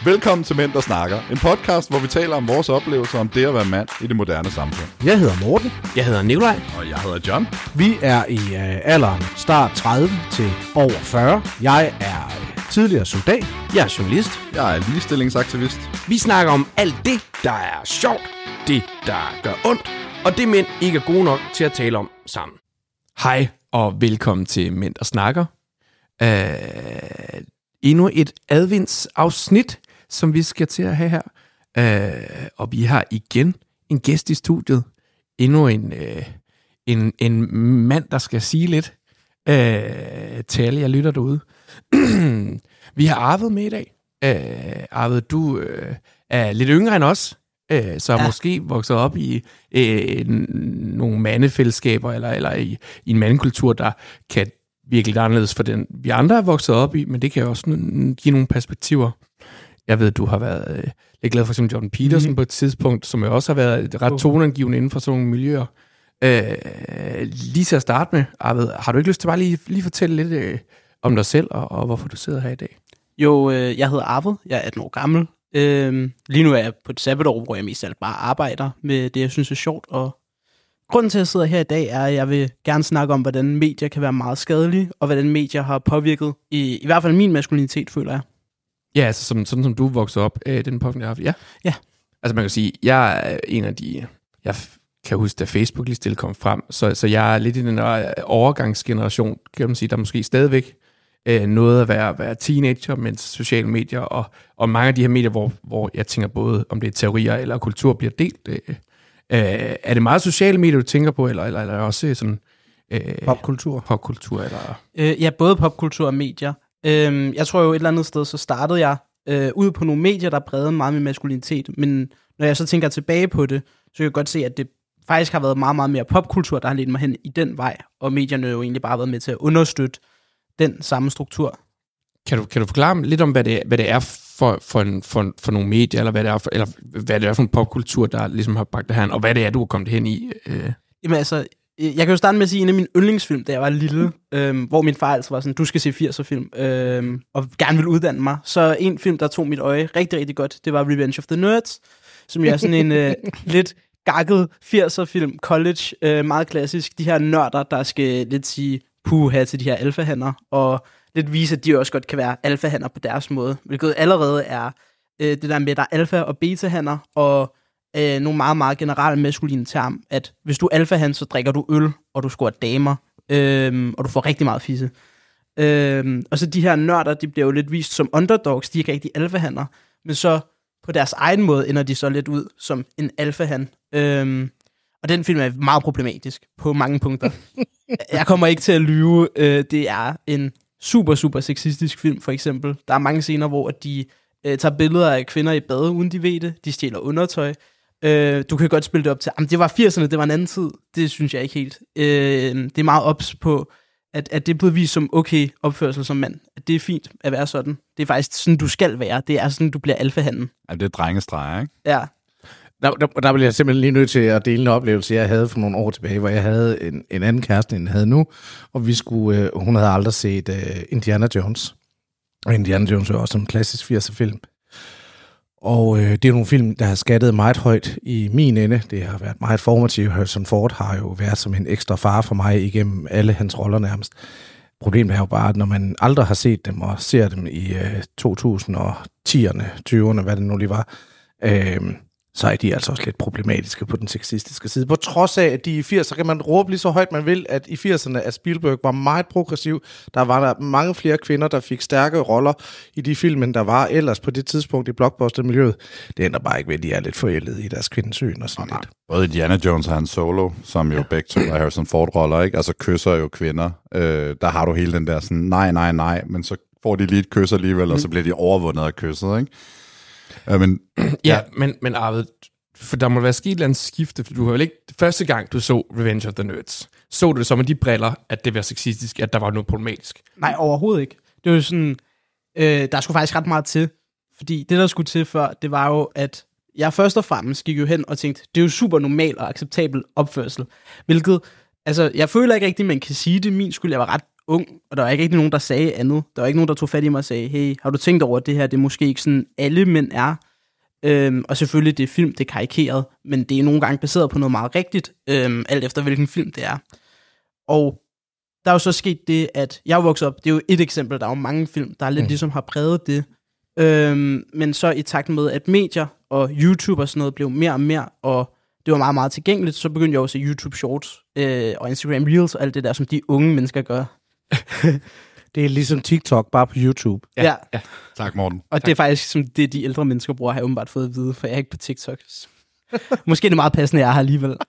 Velkommen til Mænd, der snakker. En podcast, hvor vi taler om vores oplevelser om det at være mand i det moderne samfund. Jeg hedder Morten. Jeg hedder Nikolaj. Og jeg hedder John. Vi er i alderen start 30 til over 40. Jeg er tidligere soldat. Jeg er journalist. Jeg er ligestillingsaktivist. Vi snakker om alt det, der er sjovt, det, der gør ondt, og det mænd ikke er gode nok til at tale om sammen. Hej og velkommen til Mænd, der snakker. Endnu et adventsafsnit, som vi skal til at have her. Og vi har igen en gæst i studiet. Endnu en mand, der skal sige lidt til alle, jeg lytter derude. Vi har Arvid med i dag. Arvid, du er lidt yngre end os, så måske vokset op i nogle mandefællesskaber, eller i en mandekultur, der kan virkelig anderledes for den, vi andre er vokset op i, men det kan jo også give nogle perspektiver. Jeg ved, du har været lidt glad for eksempel Jordan Peterson på et tidspunkt, som jo også har været ret toneangivende inden for sådan nogle miljøer. Lige til at starte med, Arvid, har du ikke lyst til bare lige fortælle lidt om dig selv, og hvorfor du sidder her i dag? Jo, jeg hedder Arvid, jeg er 18 år gammel. Lige nu er jeg på et sabbatår, hvor jeg mest af alt bare arbejder med det, jeg synes er sjovt, og grunden til, at jeg sidder her i dag, er, at jeg vil gerne snakke om, hvordan medier kan være meget skadelige, og hvordan medier har påvirket, i hvert fald min maskulinitet, føler jeg. Ja, altså sådan som du voksede op, den påvirkning, jeg har haft. Ja. Altså man kan sige, jeg er en af de, jeg kan huske, da Facebook lige stille kom frem, så jeg er lidt i den der overgangsgeneration, kan man sige, der måske stadigvæk noget at være teenager, mens sociale medier, og mange af de her medier, hvor jeg tænker både, om det er teorier eller kultur, bliver delt. Er det meget sociale medier, du tænker på, eller er der også sådan popkultur eller? Ja, både popkultur og medier. Jeg tror jo et eller andet sted, så startede jeg ude på nogle medier, der brede meget min maskulinitet, men når jeg så tænker tilbage på det, så kan jeg godt se, at det faktisk har været meget, meget mere popkultur, der har ledt mig hen i den vej, og medierne jo egentlig bare været med til at understøtte den samme struktur. Kan du forklare lidt om, hvad det er for nogle medier, eller hvad det er for en popkultur, der ligesom har bragt det her, og hvad det er, du er kommet hen i? Jamen altså, jeg kan jo starte med at sige, en af mine yndlingsfilm, da jeg var lille, hvor min far altså var sådan, du skal se 80'er-film, og gerne vil uddanne mig. Så en film, der tog mit øje rigtig, rigtig godt, det var Revenge of the Nerds, som jo er sådan en lidt gakket 80'er-film, college, meget klassisk. De her nørder, der skal lidt sige puha til de her alfahanner, og lidt vise, at de også godt kan være alfahanner på deres måde, hvilket allerede er det der med, der er alfa- og beta-hanner, og nogle meget, meget generelle maskuline term, at hvis du er alfahan, så drikker du øl, og du scorer damer, og du får rigtig meget fisse. Og så de her nørder, de bliver jo lidt vist som underdogs, de er ikke rigtig alfahanner, men så på deres egen måde ender de så lidt ud som en alfahan. Og den film er meget problematisk på mange punkter. Jeg kommer ikke til at lyve. Det er en super, super sexistisk film, for eksempel. Der er mange scener, hvor de tager billeder af kvinder i bade, uden de ved det. De stjæler undertøj. Du kan godt spille det op til, det var 80'erne, det var en anden tid. Det synes jeg ikke helt. Det er meget ops på, at det er blevet vist som okay opførsel som mand. At det er fint at være sådan. Det er faktisk sådan, du skal være. Det er sådan, du bliver alfahanden. Ja, det er drengestreger, ikke? Ja. Der blev jeg simpelthen lige nødt til at dele en oplevelse, jeg havde for nogle år tilbage, hvor jeg havde en anden kæreste, end jeg havde nu, og hun havde aldrig set Indiana Jones. Og Indiana Jones er også en klassisk 80'er-film. Og det er nogle film, der har skattet meget højt i min ende. Det har været meget formativt. Harrison Ford har jo været som en ekstra far for mig igennem alle hans roller nærmest. Problemet er jo bare, at når man aldrig har set dem, og ser dem i 2010'erne, 20'erne, hvad det nu lige var, så er de altså også lidt problematiske på den sexistiske side. På trods af, at de i 80'erne, kan man råbe lige så højt man vil, at i 80'erne, at Spielberg var meget progressiv. Der var der mange flere kvinder, der fik stærke roller i de film, end der var ellers på det tidspunkt i blockbuster-miljøet. Det ændrer bare ikke ved, at de er lidt forældet i deres kvindesyn og sådan lidt. Både Indiana Jones og Han Solo, som jo begge to er Harrison Ford-roller, ikke? Altså kysser jo kvinder. Der har du hele den der sådan, nej, men så får de lige et kys alligevel, og så bliver de overvundet af kysset, ikke? Men Arvid, for der må være sket et eller andet skifte, for du har jo ikke, første gang du så Revenge of the Nerds, så du det som med de briller, at det var sexistisk, at der var noget problematisk? Nej, overhovedet ikke. Det var jo sådan, der skulle faktisk ret meget til, fordi det, der skulle til før, det var jo, at jeg først og fremmest gik jo hen og tænkte, det er jo super normal og acceptabel opførsel, hvilket, altså, jeg føler ikke rigtigt, man kan sige det, min skyld, jeg var ret ung, og der var ikke rigtig nogen, der sagde andet. Der var ikke nogen, der tog fat i mig og sagde, hey, har du tænkt over, at det her, det er måske ikke sådan, alle mænd er. Og selvfølgelig, det er film, det er karikeret, men det er nogle gange baseret på noget meget rigtigt, alt efter hvilken film det er. Og der er jo så sket det, at jeg er vokset op, det er jo et eksempel, der er jo mange film, der er lidt ligesom har præget det. Men så i takt med, at medier og YouTube og sådan noget blev mere og mere, og det var meget, meget tilgængeligt, så begyndte jeg også at se YouTube Shorts og Instagram Reels og alt det der, som de unge mennesker gør. Det er ligesom TikTok, bare på YouTube. Ja. Tak, Morten. Og det er faktisk som det, de ældre mennesker bruger, har jeg åbenbart fået at vide, for jeg er ikke på TikTok. Måske er det meget passende, jeg er her alligevel.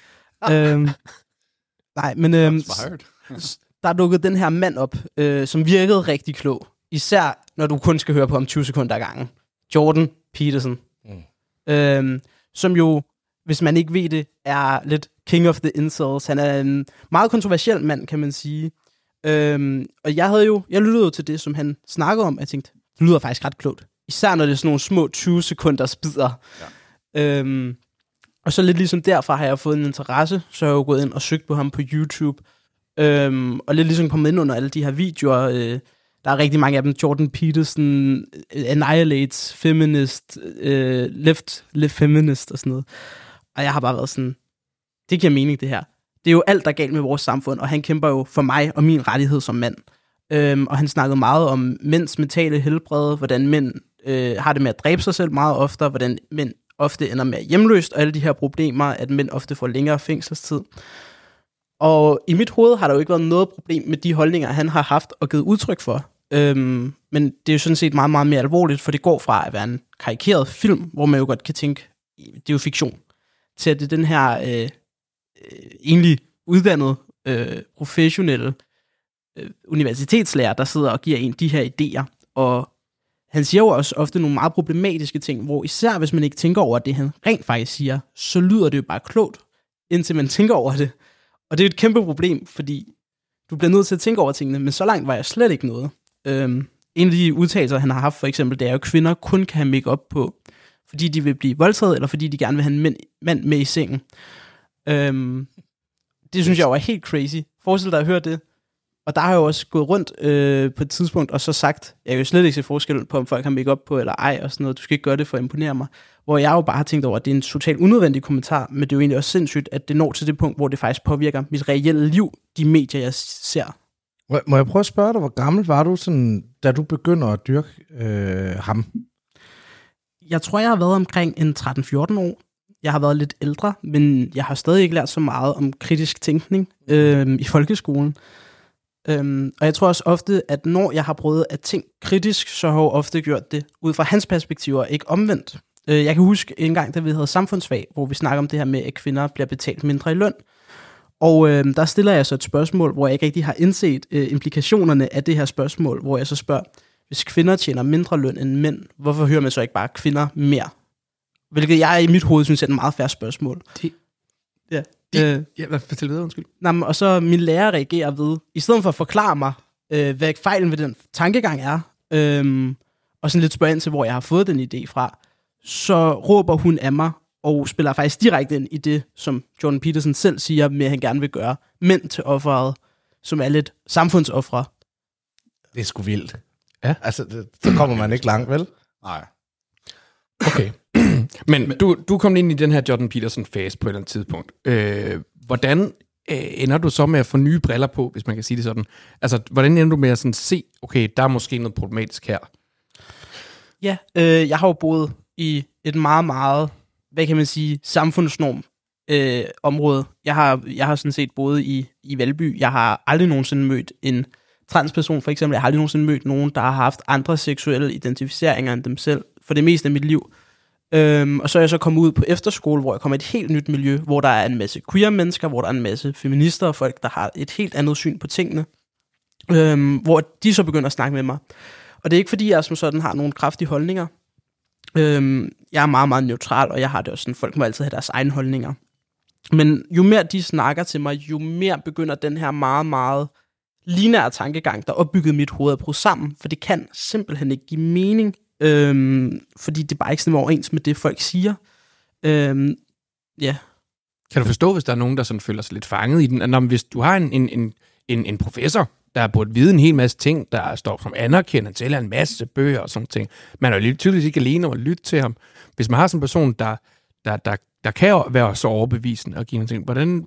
Nej, men der er dukket den her mand op, som virkede rigtig klog. Især når du kun skal høre på om 20 sekunder ad gangen. Jordan Peterson. Som jo, hvis man ikke ved det, er lidt king of the incels. Han er en meget kontroversiel mand, kan man sige. Og jeg lyttede jo til det, som han snakkede om. Jeg tænkte, det lyder faktisk ret klogt. Især når det er sådan nogle små 20 sekunders bidder. Ja. Og så lidt ligesom derfra har jeg fået en interesse, så har jeg jo gået ind og søgt på ham på YouTube. Og lidt ligesom kommet ind under alle de her videoer. Der er rigtig mange af dem. Jordan Peterson, Annihilates, Feminist, Left Feminist og sådan noget. Og jeg har bare været sådan, det giver mening det her. Det er jo alt, der er galt med vores samfund, og han kæmper jo for mig og min rettighed som mand. Og han snakkede meget om mænds mentale helbred, hvordan mænd har det med at dræbe sig selv meget ofte, hvordan mænd ofte ender med hjemløst, og alle de her problemer, at mænd ofte får længere fængselstid. Og i mit hoved har der jo ikke været noget problem med de holdninger, han har haft og givet udtryk for. Men det er jo sådan set meget, meget mere alvorligt, for det går fra at være en karikeret film, hvor man jo godt kan tænke, det er jo fiktion, til at det er den her egentlig uddannet, professionelle universitetslærer, der sidder og giver en de her idéer. Og han siger jo også ofte nogle meget problematiske ting, hvor især hvis man ikke tænker over det, han rent faktisk siger, så lyder det jo bare klogt, indtil man tænker over det. Og det er et kæmpe problem, fordi du bliver nødt til at tænke over tingene, men så langt var jeg slet ikke noget. En af de udtalelser, han har haft for eksempel, det er jo, at kvinder kun kan have make-up på, fordi de vil blive voldtaget, eller fordi de gerne vil have en mand med i sengen. Det synes jeg jo er helt crazy. Forestil dig at høre det. Og der har jeg jo også gået rundt på et tidspunkt, og så sagt, jeg kan jo slet ikke se forskel på, om folk har make-up på eller ej, og sådan noget. Du skal ikke gøre det for at imponere mig. Hvor jeg jo bare har tænkt over, at det er en totalt unødvendig kommentar, men det er jo egentlig også sindssygt, at det når til det punkt, hvor det faktisk påvirker mit reelle liv, de medier, jeg ser. Må jeg prøve at spørge dig, hvor gammel var du, sådan, da du begynder at dyrke ham? Jeg tror, jeg har været omkring en 13-14 år. Jeg har været lidt ældre, men jeg har stadig ikke lært så meget om kritisk tænkning i folkeskolen. Og jeg tror også ofte, at når jeg har prøvet at tænke kritisk, så har jeg ofte gjort det ud fra hans perspektiver, ikke omvendt. Jeg kan huske en gang, da vi havde samfundsfag, hvor vi snakker om det her med, at kvinder bliver betalt mindre i løn. Og der stiller jeg så et spørgsmål, hvor jeg ikke rigtig har indset implikationerne af det her spørgsmål, hvor jeg så spørger, hvis kvinder tjener mindre løn end mænd, hvorfor hører man så ikke bare kvinder mere? Hvilket jeg i mit hoved synes er et meget fair spørgsmål. Fortæl videre, undskyld. Og så min lærer reagerer ved, i stedet for at forklare mig, hvad fejlen ved den tankegang er, og sådan lidt spørge ind til, hvor jeg har fået den idé fra, så råber hun af mig, og spiller faktisk direkte ind i det, som Jordan Peterson selv siger, med at han gerne vil gøre mænd til offeret, som er lidt samfundsoffere. Det er sgu vildt. Ja. Altså, så kommer man ikke langt, vel? Nej. Okay. Men du kom ind i den her Jordan Peterson-fase på et eller andet tidspunkt. Hvordan ender du så med at få nye briller på, hvis man kan sige det sådan? Altså, hvordan ender du med at sådan se, okay, der er måske noget problematisk her? Ja, jeg har jo boet i et meget, meget, hvad kan man sige, samfundsnorm område. Jeg har sådan set boet i Valby. Jeg har aldrig nogensinde mødt en transperson, for eksempel. Jeg har aldrig nogensinde mødt nogen, der har haft andre seksuelle identificeringer end dem selv, for det meste af mit liv. Og så er jeg så kommet ud på efterskole, hvor jeg kommer i et helt nyt miljø, hvor der er en masse queer mennesker, hvor der er en masse feminister og folk, der har et helt andet syn på tingene, hvor de så begynder at snakke med mig. Og det er ikke fordi, jeg som sådan har nogle kraftige holdninger. Jeg er meget, meget neutral, og jeg har det også sådan, folk må altid have deres egne holdninger. Men jo mere de snakker til mig, jo mere begynder den her meget, meget lineære tankegang, der opbyggede mit hoved at bruge sammen, for det kan simpelthen ikke give mening, fordi det bare ikke stemmer overens med det, folk siger. Ja. Kan du forstå, hvis der er nogen, der sådan føler sig lidt fanget i den? Hvis du har en professor, der burde vide en hel masse ting, der står som anerkender til en masse bøger og sådan ting. Man er jo tydeligvis ikke alene om at lytte til ham. Hvis man har sådan en person, der kan være så overbevisende og give nogle ting, hvordan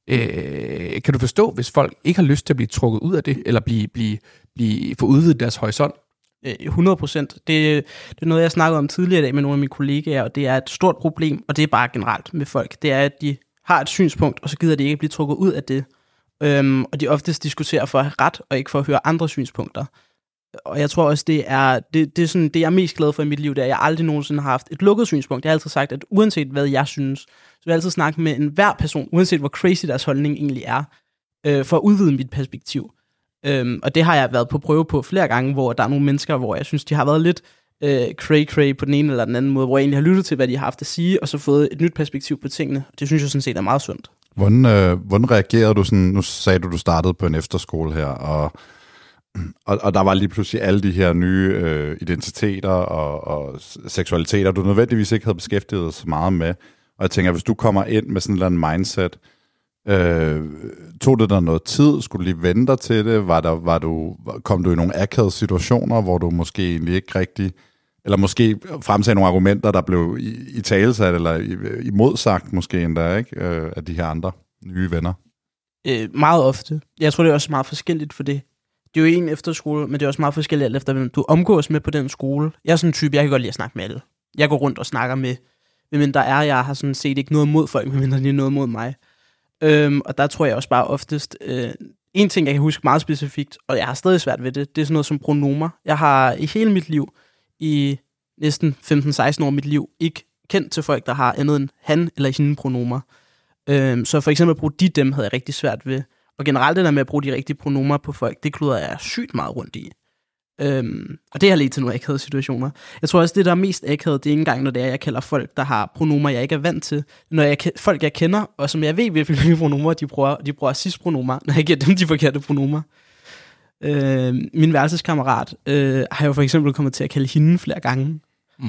kan du forstå, hvis folk ikke har lyst til at blive trukket ud af det, eller få udvidet deres horisont? 100%. Det er noget, jeg snakkede om tidligere i dag med nogle af mine kollegaer, og det er et stort problem, og det er bare generelt med folk. Det er, at de har et synspunkt, og så gider de ikke blive trukket ud af det. Og de oftest diskuterer for at have ret, og ikke for at høre andre synspunkter. Og jeg tror også, det er sådan, det jeg er mest glad for i mit liv, det er, at jeg aldrig nogensinde har haft et lukket synspunkt. Jeg har altid sagt, at uanset hvad jeg synes, så vil jeg altid snakke med enhver person, uanset hvor crazy deres holdning egentlig er, for at udvide mit perspektiv. Og det har jeg været på prøve på flere gange, hvor der er nogle mennesker, hvor jeg synes, de har været lidt cray-cray på den ene eller den anden måde, hvor jeg egentlig har lyttet til, hvad de har haft at sige, og så fået et nyt perspektiv på tingene. Det synes jeg sådan set er meget sundt. Hvordan reagerede du sådan, nu sagde du startede på en efterskole her, og der var lige pludselig alle de her nye identiteter og seksualiteter, du nødvendigvis ikke havde beskæftiget så meget med. Og jeg tænker, hvis du kommer ind med sådan en eller anden mindset, tog det der noget tid? Skulle du lige vente dig til det? Kom du i nogle akavede situationer, hvor du måske egentlig ikke rigtig, eller måske fremsagde nogle argumenter, der blev i talesat, eller imodsagt måske endda, ikke? Af de her andre nye venner? Meget ofte. Jeg tror, det er også meget forskelligt for det. Det er jo en efterskole, men det er også meget forskelligt alt efter, hvem du omgås med på den skole. Jeg er sådan en type, jeg kan godt lide at snakke med alle. Jeg går rundt og snakker med, hvem der er. Jeg har sådan set ikke noget mod folk, men de er noget mod mig. Og der tror jeg også bare oftest, en ting, jeg kan huske meget specifikt, og jeg har stadig svært ved det, det er sådan noget som pronomer. Jeg har i hele mit liv, i næsten 15-16 år mit liv, ikke kendt til folk, der har andet end han eller hende pronomer. Så for eksempel at bruge dem havde jeg rigtig svært ved. Og generelt det der med at bruge de rigtige pronomer på folk, det kluder jeg sygt meget rundt i. Og det har ledt til nogle akavede situationer. Jeg tror også, det der er mest akavet, det er ikke engang, når det er, jeg kalder folk, der har pronomer, jeg ikke er vant til. Når folk, jeg kender, og som jeg ved, hvilke pronomer de bruger cis-pronomer, når jeg giver dem de forkerte pronomer. Min værelseskammerat har jo for eksempel kommet til at kalde hende flere gange.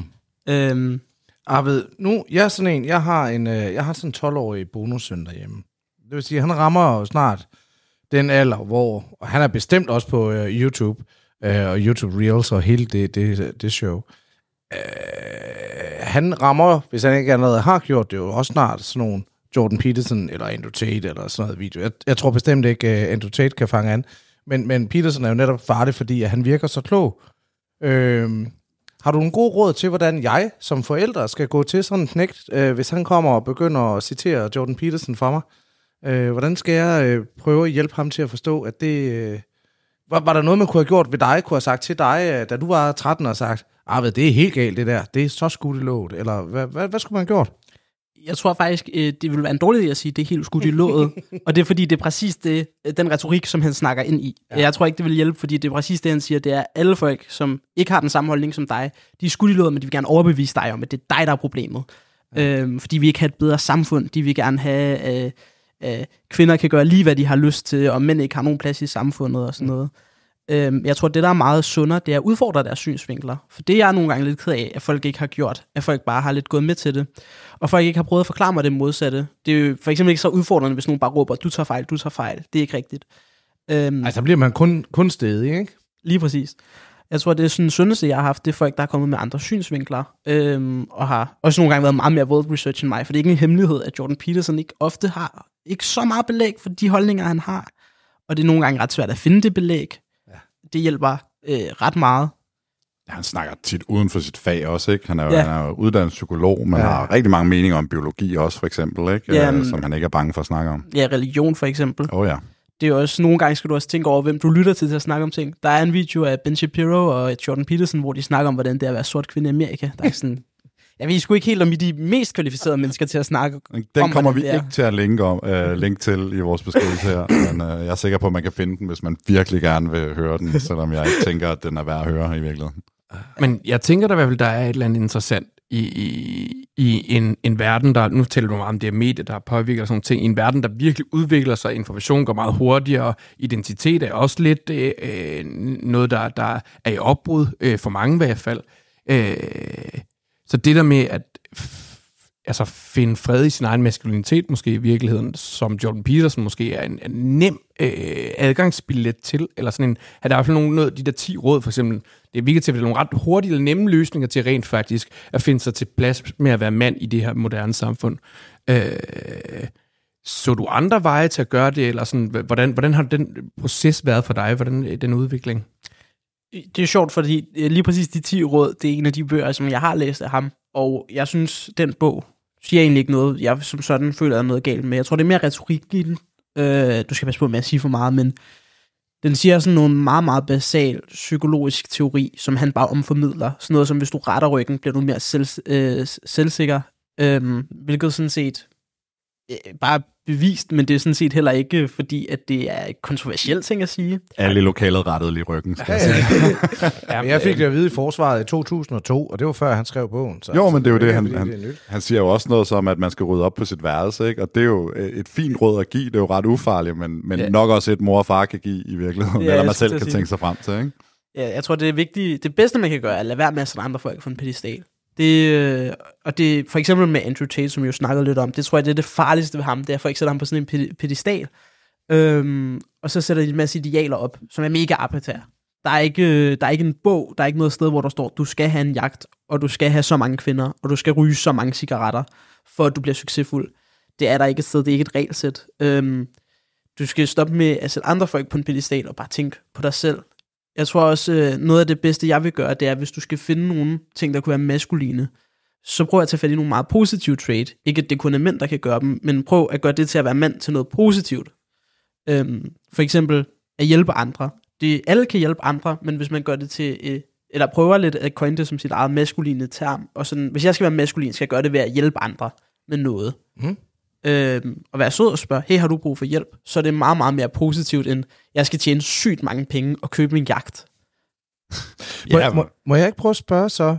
Arvid, nu, jeg er sådan en, jeg har sådan en 12-årig bonussøn derhjemme. Det vil sige, han rammer snart den alder, hvor, og han er bestemt også på YouTube, og YouTube Reels og hele det show. Han rammer, hvis han ikke allerede har gjort det, jo også snart sådan nogle Jordan Peterson eller Andrew Tate eller sådan noget video. Jeg tror bestemt ikke, Andrew Tate kan fange an, men Peterson er jo netop farlig, fordi han virker så klog. Har du en god råd til, hvordan jeg som forælder skal gå til sådan en knægt, hvis han kommer og begynder at citere Jordan Peterson for mig? Hvordan skal jeg prøve at hjælpe ham til at forstå, at det... Var der noget, man kunne have gjort ved dig, kunne have sagt til dig, da du var 13 og sagt, Arvid, det er helt galt det der, det er så skudt i låget, eller hvad skulle man have gjort? Jeg tror faktisk, det ville være en dårlig idé at sige, det er helt skudt i låget, og det er fordi, det er præcis den retorik, som han snakker ind i. Ja. Jeg tror ikke, det vil hjælpe, fordi det er præcis det, han siger, det er alle folk, som ikke har den samme holdning som dig, de er skudt i låget, men de vil gerne overbevise dig om, at det er dig, der er problemet. Ja. Fordi vi ikke har et bedre samfund, de vil gerne have... kvinder kan gøre lige, hvad de har lyst til, og mænd ikke har nogen plads i samfundet og sådan noget. Jeg tror, det der er meget sundere, det er at udfordre deres synsvinkler. For det er jeg nogle gange lidt ked af, at folk ikke har gjort. At folk bare har lidt gået med til det. Og folk ikke har prøvet at forklare mig det modsatte. Det er jo for eksempel ikke så udfordrende, hvis nogen bare råber, du tager fejl. Det er ikke rigtigt. Altså bliver man kun stedig, ikke? Lige præcis. Jeg tror, det er sådan en sundeste, jeg har haft, det er folk, der er kommet med andre synsvinkler, og har også nogle gange været meget mere world research end mig, for det er ikke en hemmelighed, at Jordan Peterson ikke ofte har ikke så meget belæg for de holdninger, han har, og det er nogle gange ret svært at finde det belæg. Ja. Det hjælper ret meget. Ja, han snakker tit uden for sit fag også, ikke? Han er jo uddannet psykolog, men har rigtig mange meninger om biologi også, for eksempel, ikke? Som han ikke er bange for at snakke om. Ja, religion for eksempel. Ja. Det er også, nogle gange skal du også tænke over, hvem du lytter til at snakke om ting. Der er en video af Ben Shapiro og Jordan Peterson, hvor de snakker om, hvordan det er at være sort kvinde i Amerika. Der er sådan, jeg ved sgu ikke helt, om I er de mest kvalificerede mennesker til at snakke om. Den kommer vi ikke til at linke til i vores beskrivelse her, men jeg er sikker på, at man kan finde den, hvis man virkelig gerne vil høre den, selvom jeg ikke tænker, at den er værd at høre i virkeligheden. Men jeg tænker da i hvert fald, der er et eller andet interessant i en verden, der, nu taler du meget om det medier, der påvirker sådan ting, i en verden, der virkelig udvikler sig, information går meget hurtigere, identitet er også lidt noget, der er i opbrud, for mange i hvert fald. Så det der med, altså finde fred i sin egen maskulinitet, måske i virkeligheden, som Jordan Peterson måske er en nem adgangsbillet til, eller sådan en, at der er i hvert fald noget af de der 10 råd, for eksempel, det virker til, at det er nogle ret hurtige eller nemme løsninger til rent faktisk at finde sig til plads med at være mand i det her moderne samfund. Så du andre veje til at gøre det, eller sådan, hvordan har den proces været for dig, hvordan den udvikling? Det er sjovt, fordi lige præcis de 10 råd, det er en af de bøger, som jeg har læst af ham, og jeg synes, den bog siger egentlig ikke noget, jeg som sådan føler, der er noget galt med. Jeg tror, det er mere retorik i den. Du skal passe på med at sige for meget, men den siger sådan nogle meget, meget basal psykologisk teori, som han bare omformidler. Sådan noget som, hvis du retter ryggen, bliver du mere selvsikker. Hvilket sådan set bare bevist, men det er sådan set heller ikke, fordi at det er et kontroversielt ting at sige. Alle i lokalet rettede lige ryggen, skal jeg sige. Jeg fik det at vide i forsvaret i 2002, og det var før han skrev bogen. Så jo, men det er jo det, han siger jo også noget som, at man skal rydde op på sit værelse, ikke? Og det er jo et fint råd at give, det er jo ret ufarligt, men nok også et mor og far kan give i virkeligheden, eller man selv kan tænke sig frem til, ikke? Ja, jeg tror, det er vigtigt. Det bedste, man kan gøre, er at lade være med at sætte andre folk for en pedestal. Og det for eksempel med Andrew Tate, som vi jo snakkede lidt om, det tror jeg, det er det farligste ved ham, det er for ikke sætte ham på sådan en pedestal. Og så sætter de en masse idealer op, som er mega arbitrære. Der er ikke en bog, der er ikke noget sted, hvor der står, du skal have en jagt, og du skal have så mange kvinder, og du skal ryge så mange cigaretter, for at du bliver succesfuld. Det er der ikke et sted, det er ikke et regelsæt. Du skal stoppe med at sætte andre folk på en pedestal, og bare tænke på dig selv. Jeg tror også, noget af det bedste, jeg vil gøre, det er, hvis du skal finde nogle ting, der kunne være maskuline, så prøv at tage fat i nogle meget positive trait. Ikke at det kun er mænd, der kan gøre dem, men prøv at gøre det til at være mand til noget positivt. For eksempel at hjælpe andre. Alle kan hjælpe andre, men hvis man gør det til, eller prøver lidt at coine det som sit eget maskuline term, og sådan, hvis jeg skal være maskulin, skal jeg gøre det ved at hjælpe andre med noget. Og være sød og spørge, hey, har du brug for hjælp? Så er det meget, meget mere positivt, end jeg skal tjene sygt mange penge og købe min jagt. Må jeg ikke prøve at spørge så?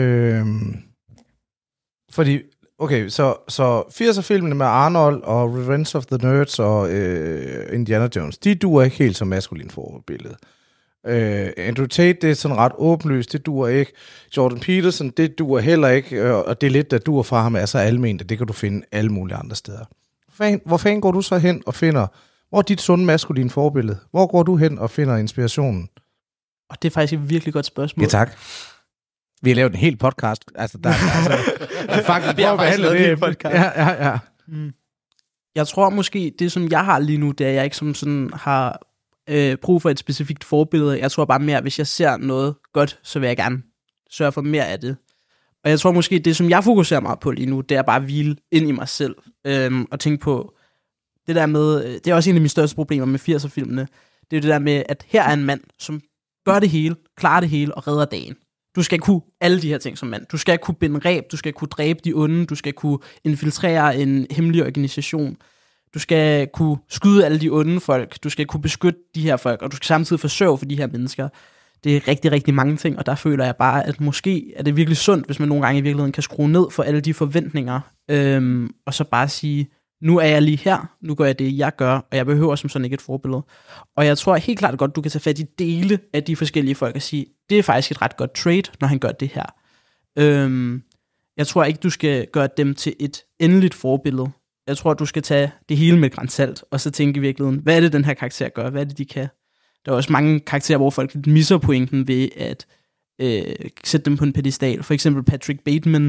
Fordi, okay, så 80'er-filmene med Arnold og Revenge of the Nerds og Indiana Jones, de duer ikke helt som maskulin forbillede. Andrew Tate, det er sådan ret åbenlyst, det duer ikke. Jordan Peterson, det duer heller ikke, og det er lidt, der duer fra ham, er så alment, og det kan du finde alle mulige andre steder. Hvor fanden går du så hen og finder, hvor er dit sunde maskuline forbillede? Hvor går du hen og finder inspirationen? Og det er faktisk et virkelig godt spørgsmål. Ja, tak. Vi har lavet en hel podcast. Altså, der er faktisk, vi har faktisk lavet en hel podcast. Ja. Jeg tror måske, det som jeg har lige nu, det er, jeg ikke som sådan har brug for et specifikt forbillede. Jeg tror bare mere, hvis jeg ser noget godt, så vil jeg gerne sørge for mere af det. Og jeg tror måske, det som jeg fokuserer meget på lige nu, det er bare at hvile ind i mig selv. Og tænke på det der med, det er også en af mine største problemer med 80'er-filmene. Det er det der med, at her er en mand, som gør det hele, klarer det hele og redder dagen. Du skal kunne alle de her ting som mand. Du skal kunne binde reb, du skal kunne dræbe de onde, du skal kunne infiltrere en hemmelig organisation. Du skal kunne skyde alle de onde folk, du skal kunne beskytte de her folk, og du skal samtidig forsørge for de her mennesker. Det er rigtig, rigtig mange ting, og der føler jeg bare, at måske er det virkelig sundt, hvis man nogle gange i virkeligheden kan skrue ned for alle de forventninger, og så bare sige, nu er jeg lige her, nu gør jeg det, jeg gør, og jeg behøver som sådan ikke et forbillede. Og jeg tror helt klart godt, du kan tage fat i dele af de forskellige folk og sige, det er faktisk et ret godt trait, når han gør det her. Jeg tror ikke, du skal gøre dem til et endeligt forbillede. Jeg tror, du skal tage det hele med et gran salt, og så tænke i virkeligheden, hvad er det, den her karakter gør? Hvad er det, de kan? Der er også mange karakterer, hvor folk misser pointen ved at sætte dem på en pedestal. For eksempel Patrick Bateman.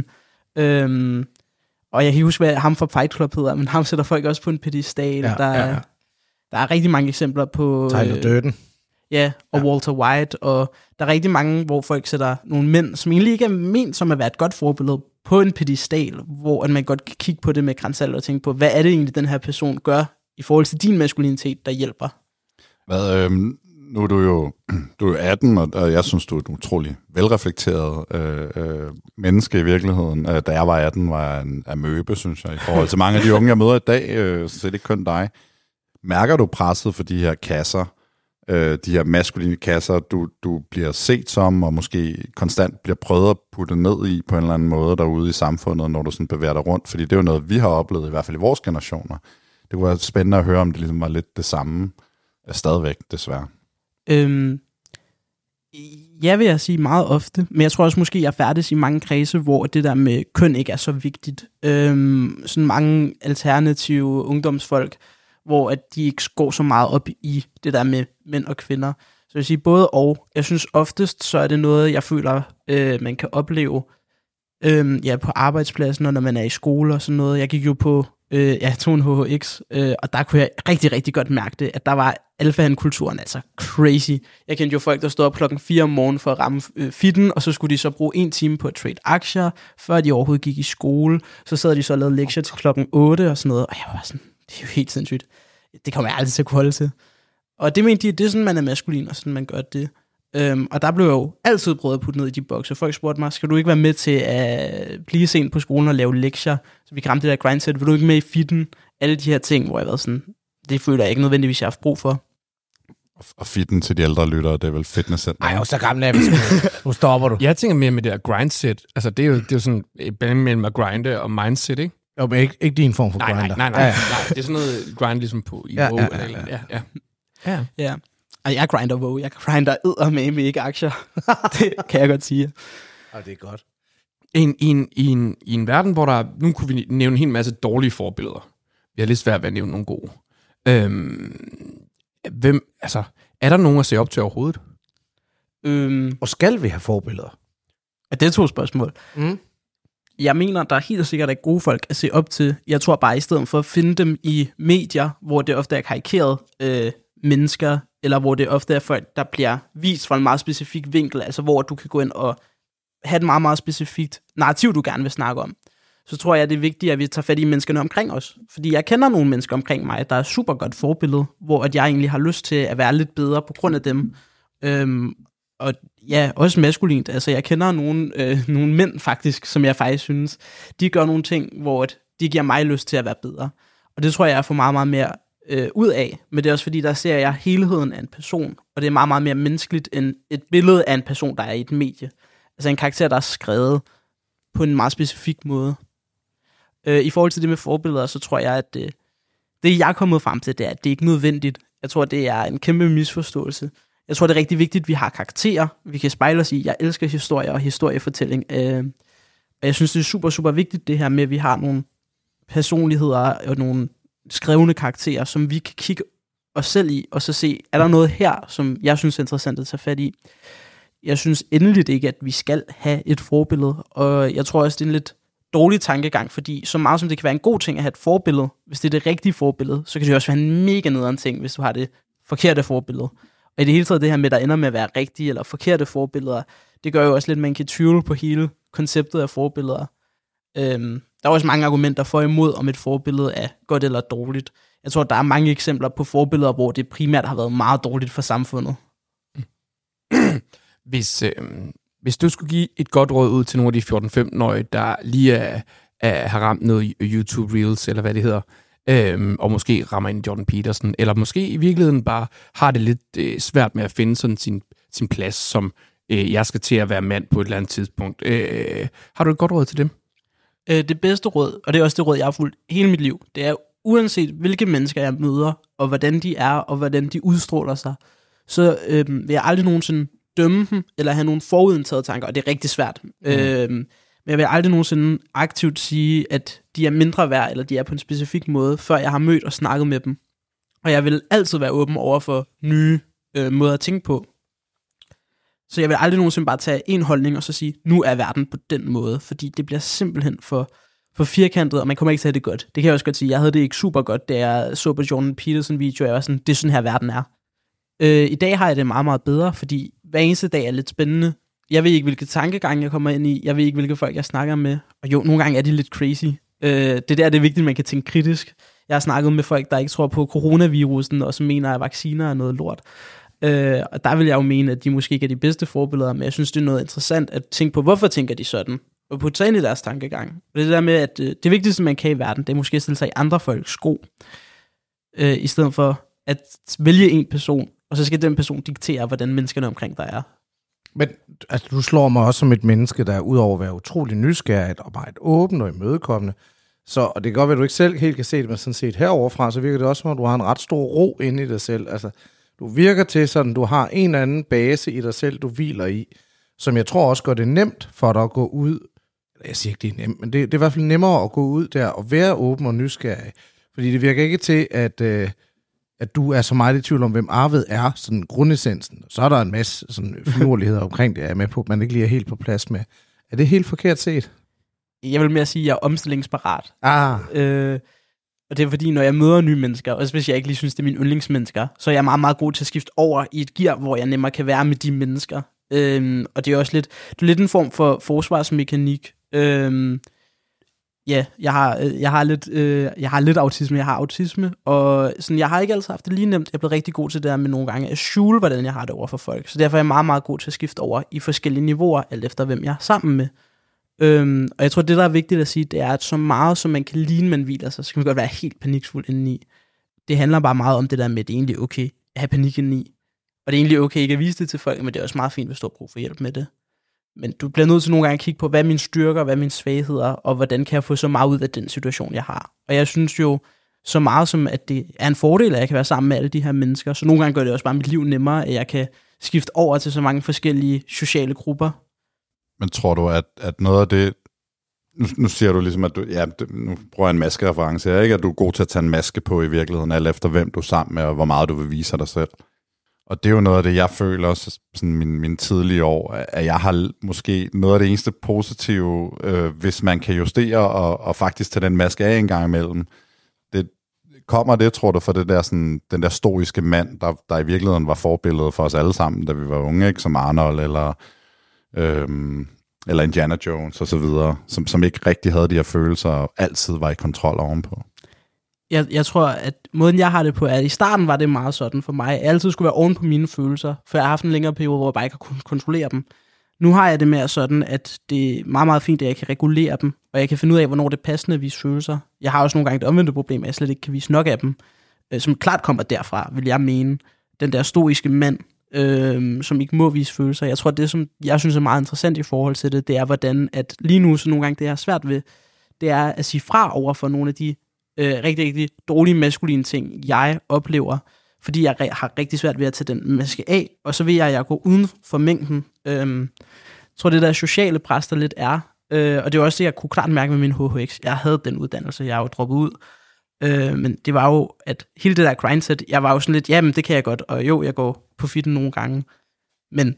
Og jeg kan ikke huske, hvad ham fra Fight Club hedder, men ham sætter folk også på en pedestal. Ja, der er rigtig mange eksempler på Tyler Durden. Ja, og Walter White. Og der er rigtig mange, hvor folk sætter nogle mænd, som egentlig ikke er ment som at være et godt forbillede, på en pedestal, hvor man godt kan kigge på det med kransalt og tænke på, hvad er det egentlig, den her person gør i forhold til din maskulinitet, der hjælper? Nu er du er 18, og jeg synes, du er et utrolig velreflekteret menneske i virkeligheden. Da jeg var 18, var jeg en amøbe, synes jeg, i forhold til mange af de unge, jeg møder i dag, så det er ikke kun dig. Mærker du presset for de her kasser, de her maskuline kasser, du bliver set som, og måske konstant bliver prøvet at putte ned i på en eller anden måde derude i samfundet, når du sådan bevæger dig rundt? Fordi det er jo noget, vi har oplevet, i hvert fald i vores generationer. Det kunne være spændende at høre, om det ligesom var lidt det samme, stadigvæk, desværre. Ja, vil jeg sige meget ofte, men jeg tror også måske, jeg færdes i mange kredse, hvor det der med køn ikke er så vigtigt. Sådan mange alternative ungdomsfolk, hvor at de ikke går så meget op i det der med mænd og kvinder. Så jeg vil sige både og. Jeg synes oftest, så er det noget, jeg føler, man kan opleve på arbejdspladsen, når man er i skole og sådan noget. Jeg gik jo på, jeg tog en HHX, og der kunne jeg rigtig, rigtig godt mærke det, at der var alfahan-kulturen altså crazy. Jeg kendte jo folk, der stod op 4:00 om morgenen for at ramme fitten, og så skulle de så bruge 1 time på at trade aktier, før de overhovedet gik i skole. Så sad de så og lavede lektier til 8:00 og sådan noget, og jeg var sådan, det er jo helt sindssygt. Det kommer jeg aldrig til at kunne holde til. Og det mente de, det er sådan, man er maskulin, og sådan man gør det. Og der blev jo altid prøvet at putte ned i de bokser. Folk spurgte mig, skal du ikke være med til at blive sent på skolen og lave lektier, så vi kan ramme det der grindset? Vil du ikke med i fitten? Alle de her ting, hvor jeg var sådan, det føler jeg ikke nødvendigvis, jeg har haft brug for. Og fitten til de ældre lyttere, det er vel fitnesscenter? Nej, så gammel er vi. Nu stopper du. Jeg tænker mere med det der grindset. Altså, det er jo sådan et blanding mellem at grinde og mindset, ikke? Jo, men ikke din form for grinder. Nej. Det er sådan noget grind ligesom på i WoW eller Ja. Og jeg grinder WoW. Jeg grinder eddermame ikke aktier. Det kan jeg godt sige. Og det er godt. I en verden, hvor der... Nu kunne vi nævne en hel masse dårlige forbilleder. Vi har lidt svært ved at nævne nogle gode. Er der nogen at se op til overhovedet? Og skal vi have forbilleder? Det er 2 spørgsmål. Jeg mener, der er helt sikkert ikke gode folk at se op til. Jeg tror bare, i stedet for at finde dem i medier, hvor det ofte er karikeret mennesker, eller hvor det ofte er folk, der bliver vist fra en meget specifik vinkel, altså hvor du kan gå ind og have et meget, meget specifikt narrativ, du gerne vil snakke om, så tror jeg, det er vigtigt, at vi tager fat i menneskerne omkring os. Fordi jeg kender nogle mennesker omkring mig, der er super godt forbillede, hvor at jeg egentlig har lyst til at være lidt bedre på grund af dem. Og ja, også maskulint. Altså, jeg kender nogle mænd faktisk, som jeg faktisk synes, de gør nogle ting, hvor de giver mig lyst til at være bedre. Og det tror jeg får meget, meget mere ud af. Men det er også fordi, der ser jeg helheden af en person, og det er meget, meget mere menneskeligt end et billede af en person, der er i et medie. Altså en karakter, der er skrevet på en meget specifik måde. I forhold til det med forbilleder, så tror jeg, at det jeg er kommet frem til, det er, at det ikke er nødvendigt. Jeg tror, det er en kæmpe misforståelse. Jeg tror, det er rigtig vigtigt, at vi har karakterer, vi kan spejle os i. Jeg elsker historie og historiefortælling. Og jeg synes, det er super, super vigtigt, det her med, at vi har nogle personligheder og nogle skrevne karakterer, som vi kan kigge os selv i, og så se, er der noget her, som jeg synes er interessant at tage fat i. Jeg synes endeligt ikke, at vi skal have et forbillede, og jeg tror også, det er en lidt dårlig tankegang, fordi så meget som det kan være en god ting at have et forbillede, hvis det er det rigtige forbillede, så kan det også være en mega nederen ting, hvis du har det forkerte forbillede. Og i det hele taget det her med, der ender med at være rigtige eller forkerte forbilleder, det gør jo også lidt, at man kan tvivle på hele konceptet af forbilleder. Der er også mange argumenter for imod, om et forbillede er godt eller dårligt. Jeg tror, der er mange eksempler på forbilleder, hvor det primært har været meget dårligt for samfundet. Hvis du skulle give et godt råd ud til nogle af de 14-15-årige, der lige har ramt noget YouTube Reels, eller hvad det hedder, og måske rammer ind i Jordan Peterson, eller måske i virkeligheden bare har det lidt svært med at finde sådan sin plads, som jeg skal til at være mand på et eller andet tidspunkt. Har du et godt råd til dem? Det bedste råd, og det er også det råd, jeg har fulgt hele mit liv, det er uanset hvilke mennesker jeg møder, og hvordan de er, og hvordan de udstråler sig, så vil jeg aldrig nogensinde dømme dem, eller have nogle forudindtagede tanker, og det er rigtig svært. Men jeg vil aldrig nogensinde aktivt sige, at de er mindre værd, eller de er på en specifik måde, før jeg har mødt og snakket med dem. Og jeg vil altid være åben over for nye måder at tænke på. Så jeg vil aldrig nogensinde bare tage en holdning, og så sige, nu er verden på den måde, fordi det bliver simpelthen for firkantet, og man kommer ikke til at have det godt. Det kan jeg også godt sige, jeg havde det ikke super godt, da jeg så på Jordan Peterson video, jeg var sådan, det er sådan her verden er. I dag har jeg det meget, meget bedre, fordi hver eneste dag er lidt spændende. Jeg ved ikke, hvilke tankegange jeg kommer ind i. Jeg ved ikke, hvilke folk jeg snakker med. Og jo, nogle gange er de lidt crazy. Det er vigtigt, at man kan tænke kritisk. Jeg har snakket med folk, der ikke tror på coronavirusen, og som mener, at vacciner er noget lort. Og der vil jeg jo mene, at de måske ikke er de bedste forbilleder, men jeg synes, det er noget interessant at tænke på, hvorfor tænker de sådan? Og putte sig ind i deres tankegang. Og det der med, at det vigtigste, man kan i verden, det er måske at stille sig i andre folks sko, i stedet for at vælge en person, og så skal den person diktere, hvordan menneskerne omkring dig er. Men altså, du slår mig også som et menneske, der udover at være utrolig nysgerrigt og meget åben og imødekommende. Så, og det kan godt være, at du ikke selv helt kan se det, men sådan set heroverfra, så virker det også som, at du har en ret stor ro inde i dig selv. Altså, Du virker til sådan, du har en eller anden base i dig selv, du hviler i, som jeg tror også gør det nemt for dig at gå ud. Jeg siger ikke, det er nemt, men det er i hvert fald nemmere at gå ud der og være åben og nysgerrig. Fordi det virker ikke til, at du er så meget i tvivl om, hvem Arved er, sådan grundessensen. Så er der en masse sådan finurligheder omkring det, jeg er med på, at man ikke lige er helt på plads med. Er det helt forkert set? Jeg vil mere sige, at jeg er omstillingsparat. Ah. Og det er fordi, når jeg møder nye mennesker, også hvis jeg ikke lige synes, det er mine yndlingsmennesker, så er jeg meget, meget god til at skifte over i et gear, hvor jeg nemmere kan være med de mennesker. Og det er også lidt en form for forsvarsmekanik. Ja, jeg har lidt autisme, jeg har autisme, og sådan, jeg har ikke altid haft det lige nemt. Jeg er blevet rigtig god til det der med nogle gange at skjule, hvordan jeg har det over for folk. Så derfor er jeg meget, meget god til at skifte over i forskellige niveauer, alt efter hvem jeg er sammen med. Og jeg tror, det der er vigtigt at sige, det er, at så meget som man kan ligne, man hviler sig, så kan man godt være helt paniksfuld indeni. Det handler bare meget om det der med, at det er egentlig okay at have panik indeni. Og det er egentlig okay ikke at vise det til folk, men det er også meget fint, hvis du har brug for hjælp med det. Men du bliver nødt til nogle gange at kigge på, hvad er mine styrker, hvad er mine svagheder, og hvordan kan jeg få så meget ud af den situation, jeg har. Og jeg synes jo så meget som, at det er en fordel, at jeg kan være sammen med alle de her mennesker. Så nogle gange gør det også bare mit liv nemmere, at jeg kan skifte over til så mange forskellige sociale grupper. Men tror du, at noget af det... Nu siger du ligesom, at du... Ja, nu bruger jeg en maskereference her, ikke? At du er god til at tage en maske på i virkeligheden, alt efter hvem du er sammen med, og hvor meget du vil vise dig selv. Og det er jo noget af det, jeg føler også sådan mine tidlige år, at jeg har måske noget af det eneste positive, hvis man kan justere og faktisk tage den maske af en gang imellem. Kommer det, tror du, for det der, sådan, den der stoiske mand, der i virkeligheden var forbilledet for os alle sammen, da vi var unge, ikke? Som Arnold eller Indiana Jones og så videre, som ikke rigtig havde de her følelser og altid var i kontrol ovenpå. Jeg tror, at måden jeg har det på, er, at i starten var det meget sådan for mig. Jeg altid skulle være oven på mine følelser, for jeg har haft en længere periode, hvor jeg bare ikke har kunnet kontrollere dem. Nu har jeg det mere sådan, at det er meget, meget fint, at jeg kan regulere dem, og jeg kan finde ud af, hvornår det er passende at vise følelser. Jeg har også nogle gange det omvendte problem, at jeg slet ikke kan vise nok af dem, som klart kommer derfra, vil jeg mene. Den der stoiske mand, som ikke må vise følelser. Jeg tror, det som jeg synes er meget interessant i forhold til det, det er, hvordan at lige nu, så nogle gange det jeg har svært ved, det er at sige fra over for nogle af de rigtig, rigtig dårlige maskuline ting, jeg oplever, fordi jeg har rigtig svært ved at tage den maske af, og så vil jeg gå uden for mængden. Jeg tror, det der sociale pres, der lidt er, og det er også det, jeg kunne klart mærke med min HHX. Jeg havde den uddannelse, jeg har jo droppet ud, men det var jo, at hele det der grindset, jeg var jo sådan lidt, jamen det kan jeg godt, og jo, jeg går på fitten nogle gange, men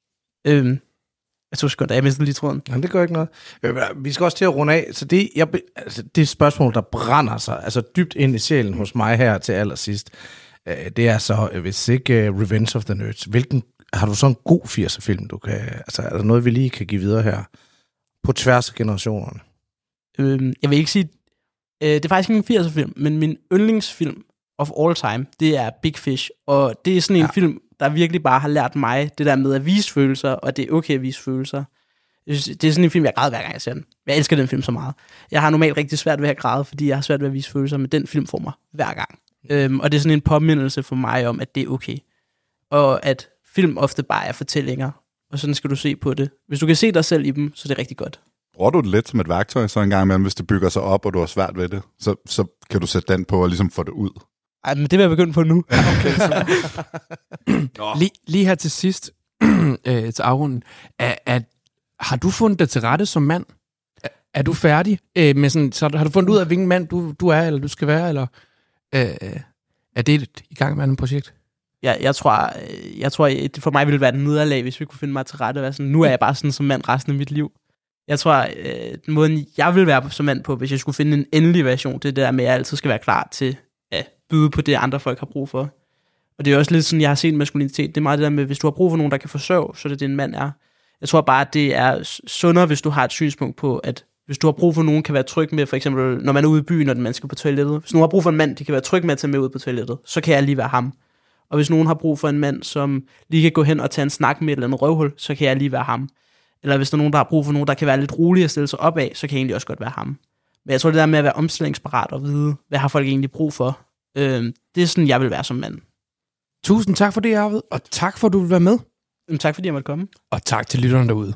jeg tror sgu da, jeg mistede lige tråden. Jamen, det gør ikke noget. Vi skal også til at runde af, så det spørgsmål, der brænder sig altså dybt ind i sjælen hos mig her til allersidst, det er så, hvis ikke Revenge of the Nerds, har du så en god 80'er-film, du kan, altså er der noget, vi lige kan give videre her, på tværs af generationerne? Jeg vil ikke sige, det er faktisk ikke en 80'er-film, men min yndlingsfilm of all time, det er Big Fish, og det er sådan en film, der virkelig bare har lært mig det der med at vise følelser, og det er okay at vise følelser. Det er sådan en film, jeg græder hver gang jeg ser den. Jeg elsker den film så meget. Jeg har normalt rigtig svært ved at græde, fordi jeg har svært ved at vise følelser, men den film får mig hver gang. Og det er sådan en påmindelse for mig om, at det er okay. Og at film ofte bare er fortællinger, og sådan skal du se på det. Hvis du kan se dig selv i dem, så er det rigtig godt. Bruger du det lidt som et værktøj, så en gang imellem, hvis det bygger sig op, og du har svært ved det, så kan du sætte den på og ligesom få det ud? Ej, men det vil jeg begynde på nu. Okay, lige her til sidst, til afrunden, har du fundet dig til rette som mand? Er du færdig med sådan, så har du fundet ud af, hvilken mand du er, eller du skal være, eller er det i gang med et projekt? Jeg tror, for mig ville det være et nederlag, hvis vi kunne finde mig til rette og være sådan, nu er jeg bare sådan som mand resten af mit liv. Jeg tror, den måde, jeg vil være som mand på, hvis jeg skulle finde en endelig version, det er det der med, at jeg altid skal være klar til at byde på det, andre folk har brug for. Og det er også lidt sådan, jeg har set maskulinitet. Det er meget det der med, hvis du har brug for nogen, der kan forsørge, så er det en mand er. Jeg tror bare, at det er sundere, hvis du har et synspunkt på, at hvis du har brug for nogen, kan være tryg med, for eksempel, når man er ude i byen, og man skal på toilettet. Hvis nogen har brug for en mand, de kan være tryg med at tage med ud på toilettet, så kan jeg lige være ham. Og hvis nogen har brug for en mand, som lige kan gå hen og tage en snak med et eller andet røvhul, så kan jeg lige være ham. Eller hvis der er nogen, der har brug for nogen, der kan være lidt rolig at stille sig op af, så kan jeg egentlig også godt være ham. Men jeg tror, det der med at være omstillingsparat og vide, hvad har folk egentlig brug for, det er sådan, jeg vil være som mand. Tusind tak for det, Arved, og tak for, at du vil være med. Tak fordi jeg måtte komme. Og tak til lytterne derude.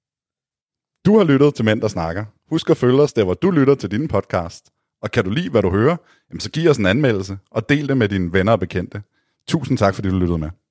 Du har lyttet til Mænd, der snakker. Husk at følge os der, hvor du lytter til din podcast. Og kan du lide, hvad du hører, så giv os en anmeldelse, og del det med dine venner og bekendte. Tusind tak, fordi du lyttede med.